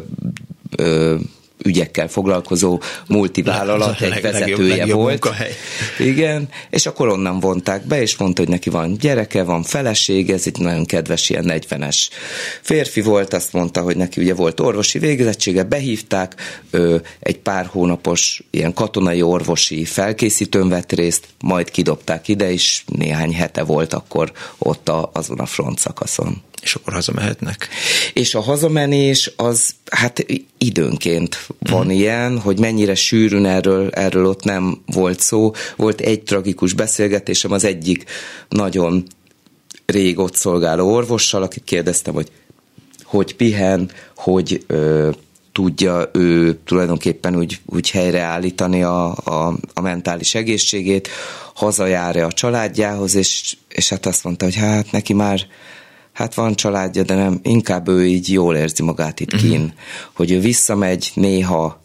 ügyekkel foglalkozó multivállalat egy vezetője volt. Munkahely. Igen, és akkor onnan vonták be, és mondta, hogy neki van gyereke, van felesége, ez egy nagyon kedves ilyen 40-es férfi volt, azt mondta, hogy neki ugye volt orvosi végzettsége, behívták, egy pár hónapos ilyen katonai orvosi felkészítőn vett részt, majd kidobták ide, és néhány hete volt akkor ott azon a front szakaszon. És akkor hazamehetnek? És a hazamenés az, hát időnként van ilyen, hogy mennyire sűrűn erről ott nem volt szó. Volt egy tragikus beszélgetésem az egyik nagyon rég ott szolgáló orvossal, akit kérdeztem, hogy pihen, hogy tudja ő tulajdonképpen úgy helyreállítani a mentális egészségét, hazajár-e a családjához, és hát azt mondta, hogy hát neki már van családja, de nem, inkább ő így jól érzi magát itt kinn, hogy ő visszamegy néha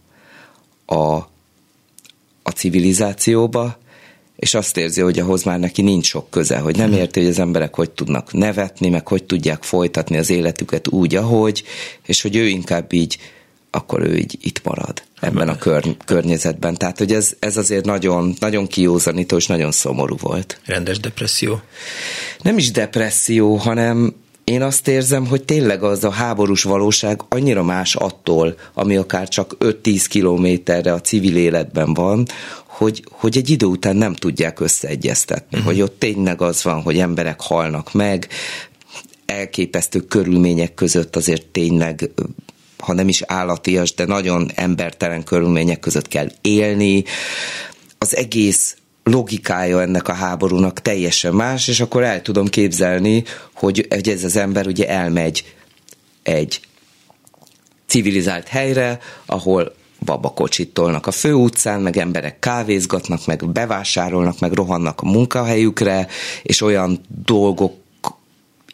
a civilizációba, és azt érzi, hogy ahhoz már neki nincs sok köze, hogy nem érti, hogy az emberek hogy tudnak nevetni, meg hogy tudják folytatni az életüket úgy, ahogy, és hogy ő inkább így, akkor ő így itt marad ebben a környezetben. Tehát, hogy ez azért nagyon, nagyon kiózanító, és nagyon szomorú volt. Rendes depresszió? Nem is depresszió, hanem én azt érzem, hogy tényleg az a háborús valóság annyira más attól, ami akár csak 5-10 kilométerre a civil életben van, hogy egy idő után nem tudják összeegyeztetni, hogy ott tényleg az van, hogy emberek halnak meg, elképesztő körülmények között azért tényleg, ha nem is állatias, de nagyon embertelen körülmények között kell élni. Az egész logikája ennek a háborúnak teljesen más, és akkor el tudom képzelni, hogy ez az ember ugye elmegy egy civilizált helyre, ahol babakocsit tolnak a főutcán, meg emberek kávézgatnak, meg bevásárolnak, meg rohannak a munkahelyükre, és olyan dolgok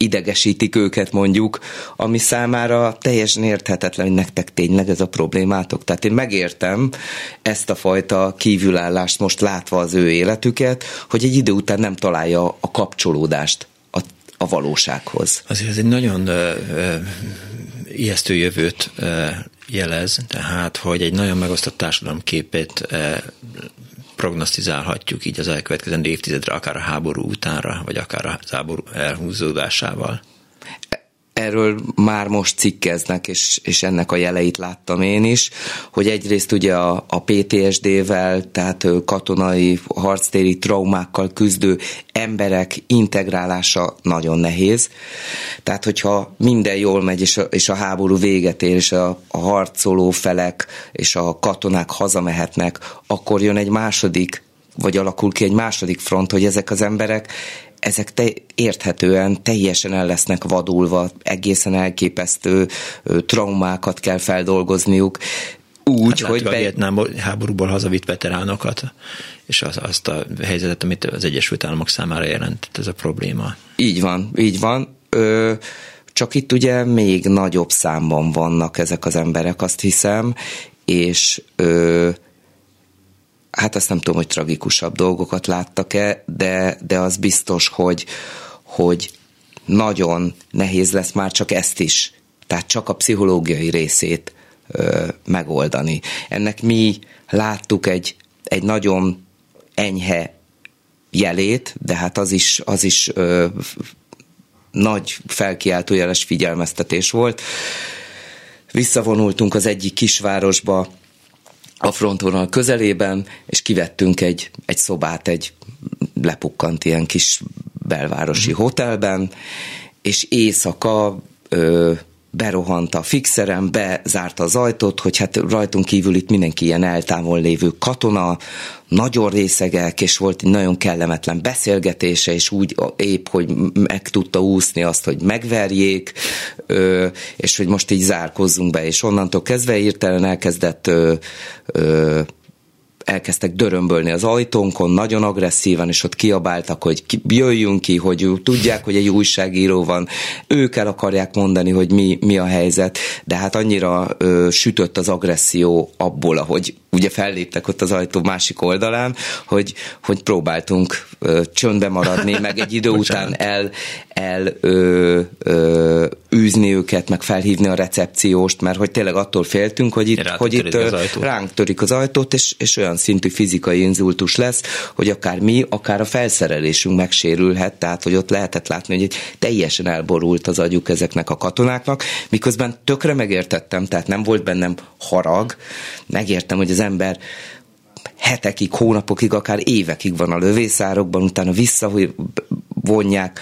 idegesítik őket mondjuk, ami számára teljesen érthetetlen, hogy nektek tényleg ez a problémátok. Tehát én megértem ezt a fajta kívülállást most látva az ő életüket, hogy egy idő után nem találja a kapcsolódást a valósághoz. Azért ez egy nagyon ijesztő jövőt jelez, tehát, hogy egy nagyon megosztott társadalomképét prognosztizálhatjuk így az elkövetkezendő évtizedre, akár a háború utánra, vagy akár a háború elhúzódásával. Erről már most cikkeznek, és ennek a jeleit láttam én is, hogy egyrészt ugye a PTSD-vel, tehát katonai, harctéri traumákkal küzdő emberek integrálása nagyon nehéz. Tehát, hogyha minden jól megy, és a háború véget ér, és a harcoló felek és a katonák hazamehetnek, akkor jön egy második, vagy alakul ki egy második front, hogy ezek az emberek érthetően teljesen el lesznek vadulva, egészen elképesztő traumákat kell feldolgozniuk. Úgy, hát hogy a vietnám háborúból hazavitt veteránokat, és azt a helyzetet, amit az Egyesült Államok számára jelentett ez a probléma. Így van. Csak itt ugye még nagyobb számban vannak ezek az emberek, azt hiszem, és hát azt nem tudom, hogy tragikusabb dolgokat láttak-e, de az biztos, hogy nagyon nehéz lesz már csak ezt is, tehát csak a pszichológiai részét megoldani. Ennek mi láttuk egy nagyon enyhe jelét, de hát az is nagy felkiáltójeles figyelmeztetés volt. Visszavonultunk az egyik kisvárosba, a frontvonal közelében, és kivettünk egy szobát egy lepukkant ilyen kis belvárosi hotelben, és éjszaka berohant a fixerem, bezárta az ajtót, hogy hát rajtunk kívül itt mindenki ilyen eltávol lévő katona, nagyon részegek, és volt egy nagyon kellemetlen beszélgetése, és úgy épp, hogy meg tudta úszni azt, hogy megverjék, és hogy most így zárkozzunk be, és onnantól kezdve hirtelen elkezdtek dörömbölni az ajtónkon, nagyon agresszívan, és ott kiabáltak, hogy jöjjünk ki, hogy tudják, hogy egy újságíró van, ők el akarják mondani, hogy mi a helyzet, de hát annyira sütött az agresszió abból, ahogy ugye felléptek ott az ajtó másik oldalán, hogy próbáltunk csöndbe maradni, meg egy idő után űzni őket, meg felhívni a recepcióst, mert hogy tényleg attól féltünk, hogy itt ránk törik az ajtót, és olyan szintű fizikai inzultus lesz, hogy akár mi, akár a felszerelésünk megsérülhet, tehát hogy ott lehetett látni, hogy teljesen elborult az agyuk ezeknek a katonáknak, miközben tökre megértettem, tehát nem volt bennem harag, megértem, hogy az ember hetekig, hónapokig, akár évekig van a lövészárokban, utána visszavonják,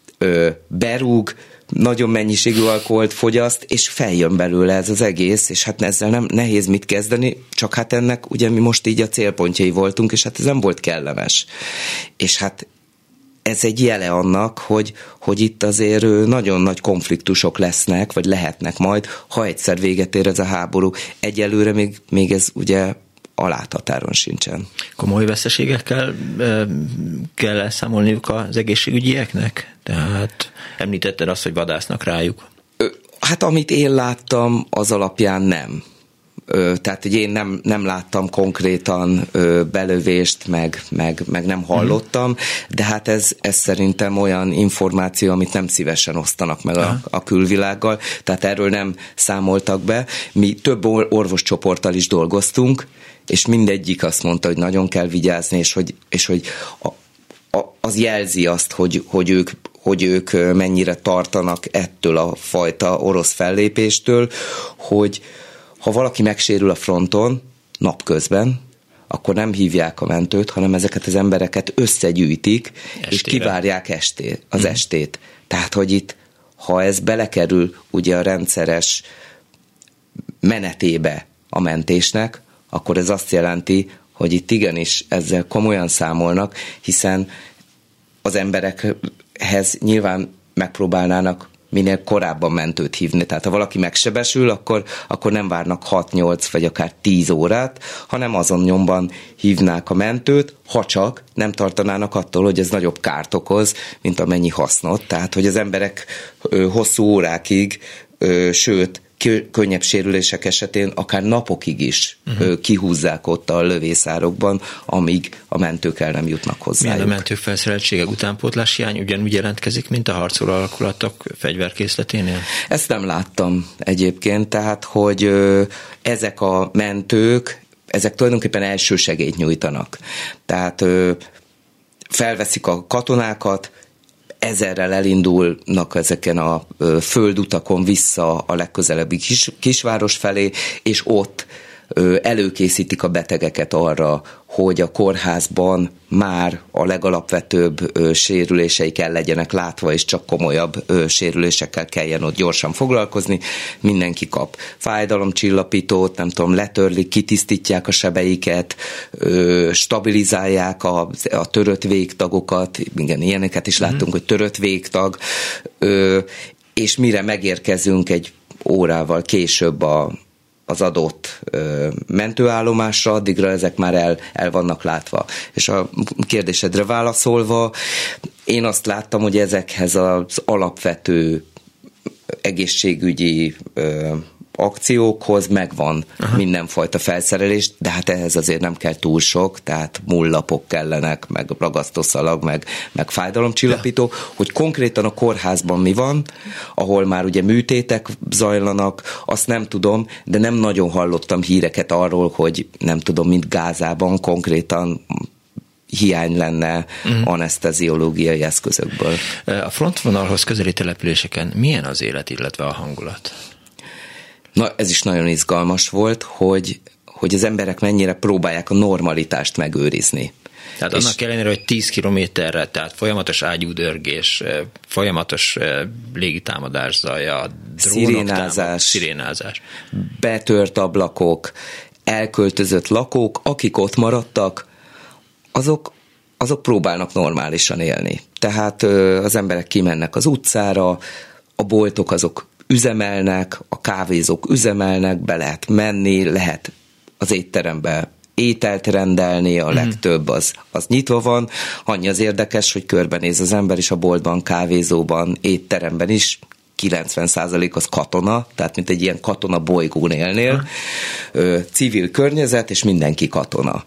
berúg, nagyon mennyiségű alkoholt fogyaszt, és feljön belőle ez az egész, és hát ezzel nem nehéz mit kezdeni, csak hát ennek ugye mi most így a célpontjai voltunk, és hát ez nem volt kellemes. És hát ez egy jele annak, hogy itt azért nagyon nagy konfliktusok lesznek, vagy lehetnek majd, ha egyszer véget ér ez a háború. Egyelőre még ez ugye a láthatáron sincsen. Komoly veszteségekkel kell elszámolniuk az egészségügyieknek? Tehát említetted azt, hogy vadásznak rájuk. Hát amit én láttam, az alapján nem. Tehát, hogy én nem láttam konkrétan belövést, meg nem hallottam, de hát ez szerintem olyan információ, amit nem szívesen osztanak meg a külvilággal, tehát erről nem számoltak be. Mi több orvoscsoporttal is dolgoztunk, és mindegyik azt mondta, hogy nagyon kell vigyázni, és hogy az jelzi azt, hogy ők mennyire tartanak ettől a fajta orosz fellépéstől, hogy ha valaki megsérül a fronton napközben, akkor nem hívják a mentőt, hanem ezeket az embereket összegyűjtik, és kivárják estét. Tehát, hogy itt, ha ez belekerül ugye a rendszeres menetébe a mentésnek, akkor ez azt jelenti, hogy itt igenis ezzel komolyan számolnak, hiszen az emberekhez nyilván megpróbálnának minél korábban mentőt hívni. Tehát ha valaki megsebesül, akkor nem várnak 6-8 vagy akár 10 órát, hanem azon nyomban hívnák a mentőt, ha csak nem tartanának attól, hogy ez nagyobb kárt okoz, mint amennyi hasznot. Tehát, hogy az emberek hosszú órákig, sőt, könnyebb sérülések esetén akár napokig is kihúzzák ott a lövészárokban, amíg a mentők el nem jutnak hozzájuk. Milyen a mentők felszereltsége utánpótlás hiány ugyanúgy jelentkezik, mint a harcoló alakulatok fegyverkészleténél? Ezt nem láttam egyébként, tehát, hogy ezek a mentők, ezek tulajdonképpen elsősegélyt nyújtanak. Tehát felveszik a katonákat, 1000-rel elindulnak ezeken a földutakon vissza a legközelebbi kisváros felé, és ott előkészítik a betegeket arra, hogy a kórházban már a legalapvetőbb sérüléseik el legyenek látva, és csak komolyabb sérülésekkel kelljen ott gyorsan foglalkozni. Mindenki kap fájdalomcsillapítót, nem tudom, letörlik, kitisztítják a sebeiket, stabilizálják a törött végtagokat, igen, ilyeneket is láttunk, hogy törött végtag, és mire megérkezünk egy órával később az adott mentőállomásra, addigra ezek már el vannak látva. És a kérdésedre válaszolva, én azt láttam, hogy ezekhez az alapvető egészségügyi akciókhoz megvan mindenfajta felszerelés, de hát ehhez azért nem kell túl sok, tehát mullapok kellenek, meg ragasztószalag, meg fájdalomcsillapító, hogy konkrétan a kórházban mi van, ahol már ugye műtétek zajlanak, azt nem tudom, de nem nagyon hallottam híreket arról, hogy nem tudom, mint Gázában konkrétan hiány lenne aneszteziológiai eszközökből. A frontvonalhoz közeli településeken milyen az élet, illetve a hangulat? Na, ez is nagyon izgalmas volt, hogy az emberek mennyire próbálják a normalitást megőrizni. Tehát annak ellenére, hogy 10 kilométerre, tehát folyamatos ágyúdörgés, folyamatos légitámadás zaja, drónok, szirénázás, betört ablakok, elköltözött lakók, akik ott maradtak, azok próbálnak normálisan élni. Tehát az emberek kimennek az utcára, a boltok azok üzemelnek, a kávézók üzemelnek, be lehet menni, lehet az étterembe ételt rendelni, a legtöbb az nyitva van. Annyi az érdekes, hogy körbenéz az ember is a boltban, kávézóban, étteremben is, 90% az katona, tehát mint egy ilyen katona bolygón élnél, civil környezet, és mindenki katona.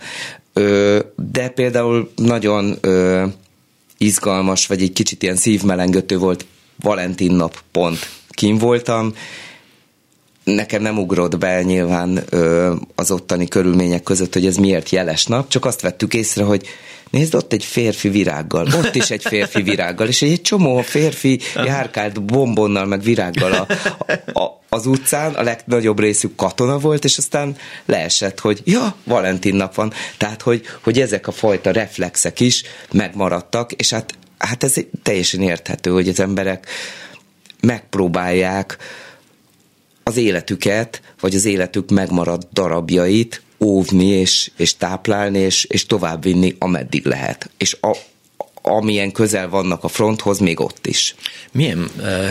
De például nagyon izgalmas, vagy egy kicsit ilyen szívmelengető volt, Valentin nap pont kim voltam, nekem nem ugrott be nyilván az ottani körülmények között, hogy ez miért jeles nap, csak azt vettük észre, hogy nézd, ott egy férfi virággal, ott is egy férfi virággal, és egy csomó férfi járkált bombonnal, meg virággal az utcán, a legnagyobb részük katona volt, és aztán leesett, hogy Valentin nap van, tehát hogy ezek a fajta reflexek is megmaradtak, és hát ez teljesen érthető, hogy az emberek megpróbálják az életüket, vagy az életük megmaradt darabjait óvni, és táplálni, és továbbvinni, ameddig lehet. És amilyen közel vannak a fronthoz, még ott is. Milyen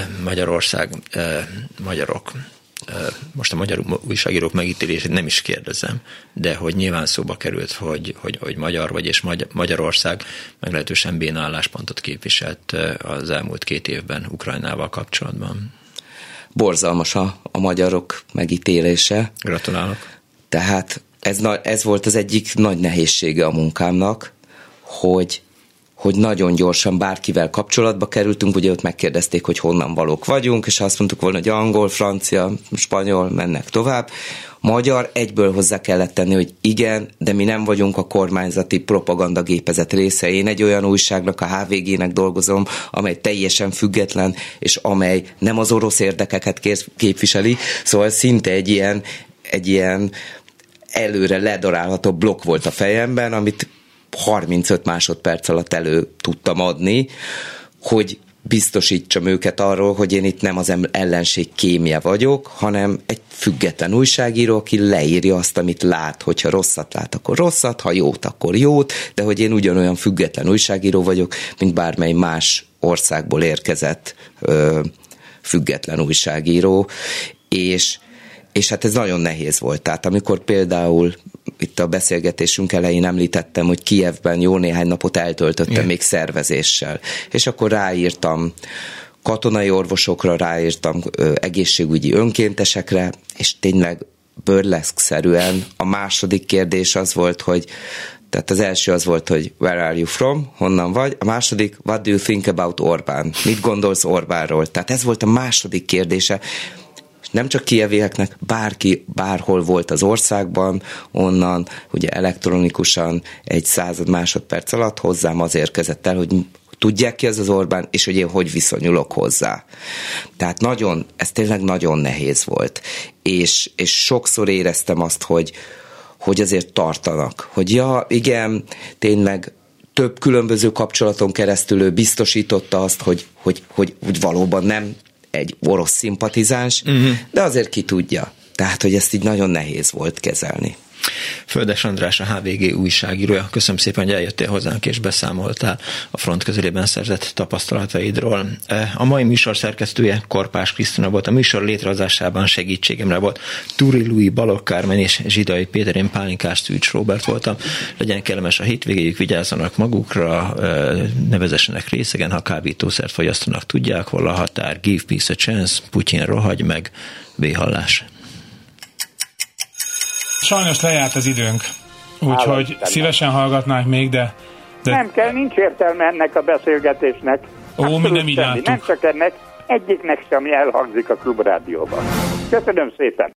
magyarok, most a magyar újságírók megítélését nem is kérdezem, de hogy nyilván szóba került, hogy magyar vagy, és Magyarország meglehetősen béna álláspontot képviselt az elmúlt 2 évben Ukrajnával kapcsolatban. Borzalmas a magyarok megítélése. Gratulálok. Tehát ez volt az egyik nagy nehézsége a munkámnak, hogy nagyon gyorsan bárkivel kapcsolatba kerültünk, ugye ott megkérdezték, hogy honnan valók vagyunk, és azt mondtuk volna, hogy angol, francia, spanyol, mennek tovább. Magyar, egyből hozzá kellett tenni, hogy igen, de mi nem vagyunk a kormányzati propagandagépezet része. Én egy olyan újságnak, a HVG-nek dolgozom, amely teljesen független, és amely nem az orosz érdekeket képviseli, szóval szinte egy ilyen előre ledarálható blokk volt a fejemben, amit 35 másodperc alatt elő tudtam adni, hogy biztosítsam őket arról, hogy én itt nem az ellenség kémje vagyok, hanem egy független újságíró, aki leírja azt, amit lát, hogyha rosszat lát, akkor rosszat, ha jót, akkor jót, de hogy én ugyanolyan független újságíró vagyok, mint bármely más országból érkezett független újságíró, és hát ez nagyon nehéz volt. Tehát amikor például itt a beszélgetésünk elején említettem, hogy Kijevben jó néhány napot eltöltöttem még szervezéssel, és akkor ráírtam katonai orvosokra, ráírtam egészségügyi önkéntesekre, és tényleg burleszk-szerűen a második kérdés az volt, hogy tehát az első az volt, hogy where are you from, honnan vagy, a második, what do you think about Orbán, mit gondolsz Orbánról, tehát ez volt a második kérdése, és nem csak kijevieknek, bárki, bárhol volt az országban, onnan ugye elektronikusan egy 100 másodperc alatt hozzám az érkezett el, hogy tudják ki az Orbán, és hogy én hogy viszonyulok hozzá. Tehát ez tényleg nagyon nehéz volt. És sokszor éreztem azt, hogy azért tartanak. Hogy ja, igen, tényleg több különböző kapcsolaton keresztül ő biztosította azt, hogy valóban nem egy orosz szimpatizáns, de azért ki tudja. Tehát, hogy ezt így nagyon nehéz volt kezelni. Földes András, a HVG újságírója. Köszönöm szépen, hogy eljöttél hozzánk és beszámoltál a front közelében szerzett tapasztalataidról. A mai műsor szerkesztője Korpás Krisztina volt, a műsor létrehozásában segítségemre volt Túri Lui, Balogh Kármen és Zsidai Péter, én Pálinkás Szűcs Róbert voltam. Legyen kellemes a hétvégéjük, vigyázzanak magukra, ne vezessenek részegen, ha kábítószert fogyasztanak, tudják, hol a határ, give peace a chance, Putyin rohagy meg, véhallás. Sajnos lejárt az időnk, úgyhogy szívesen hallgatnánk még, de... Nem kell, nincs értelme ennek a beszélgetésnek. Mi nem így láttuk. Nem csak ennek, egyiknek sem elhangzik a Klubrádióban. Köszönöm szépen!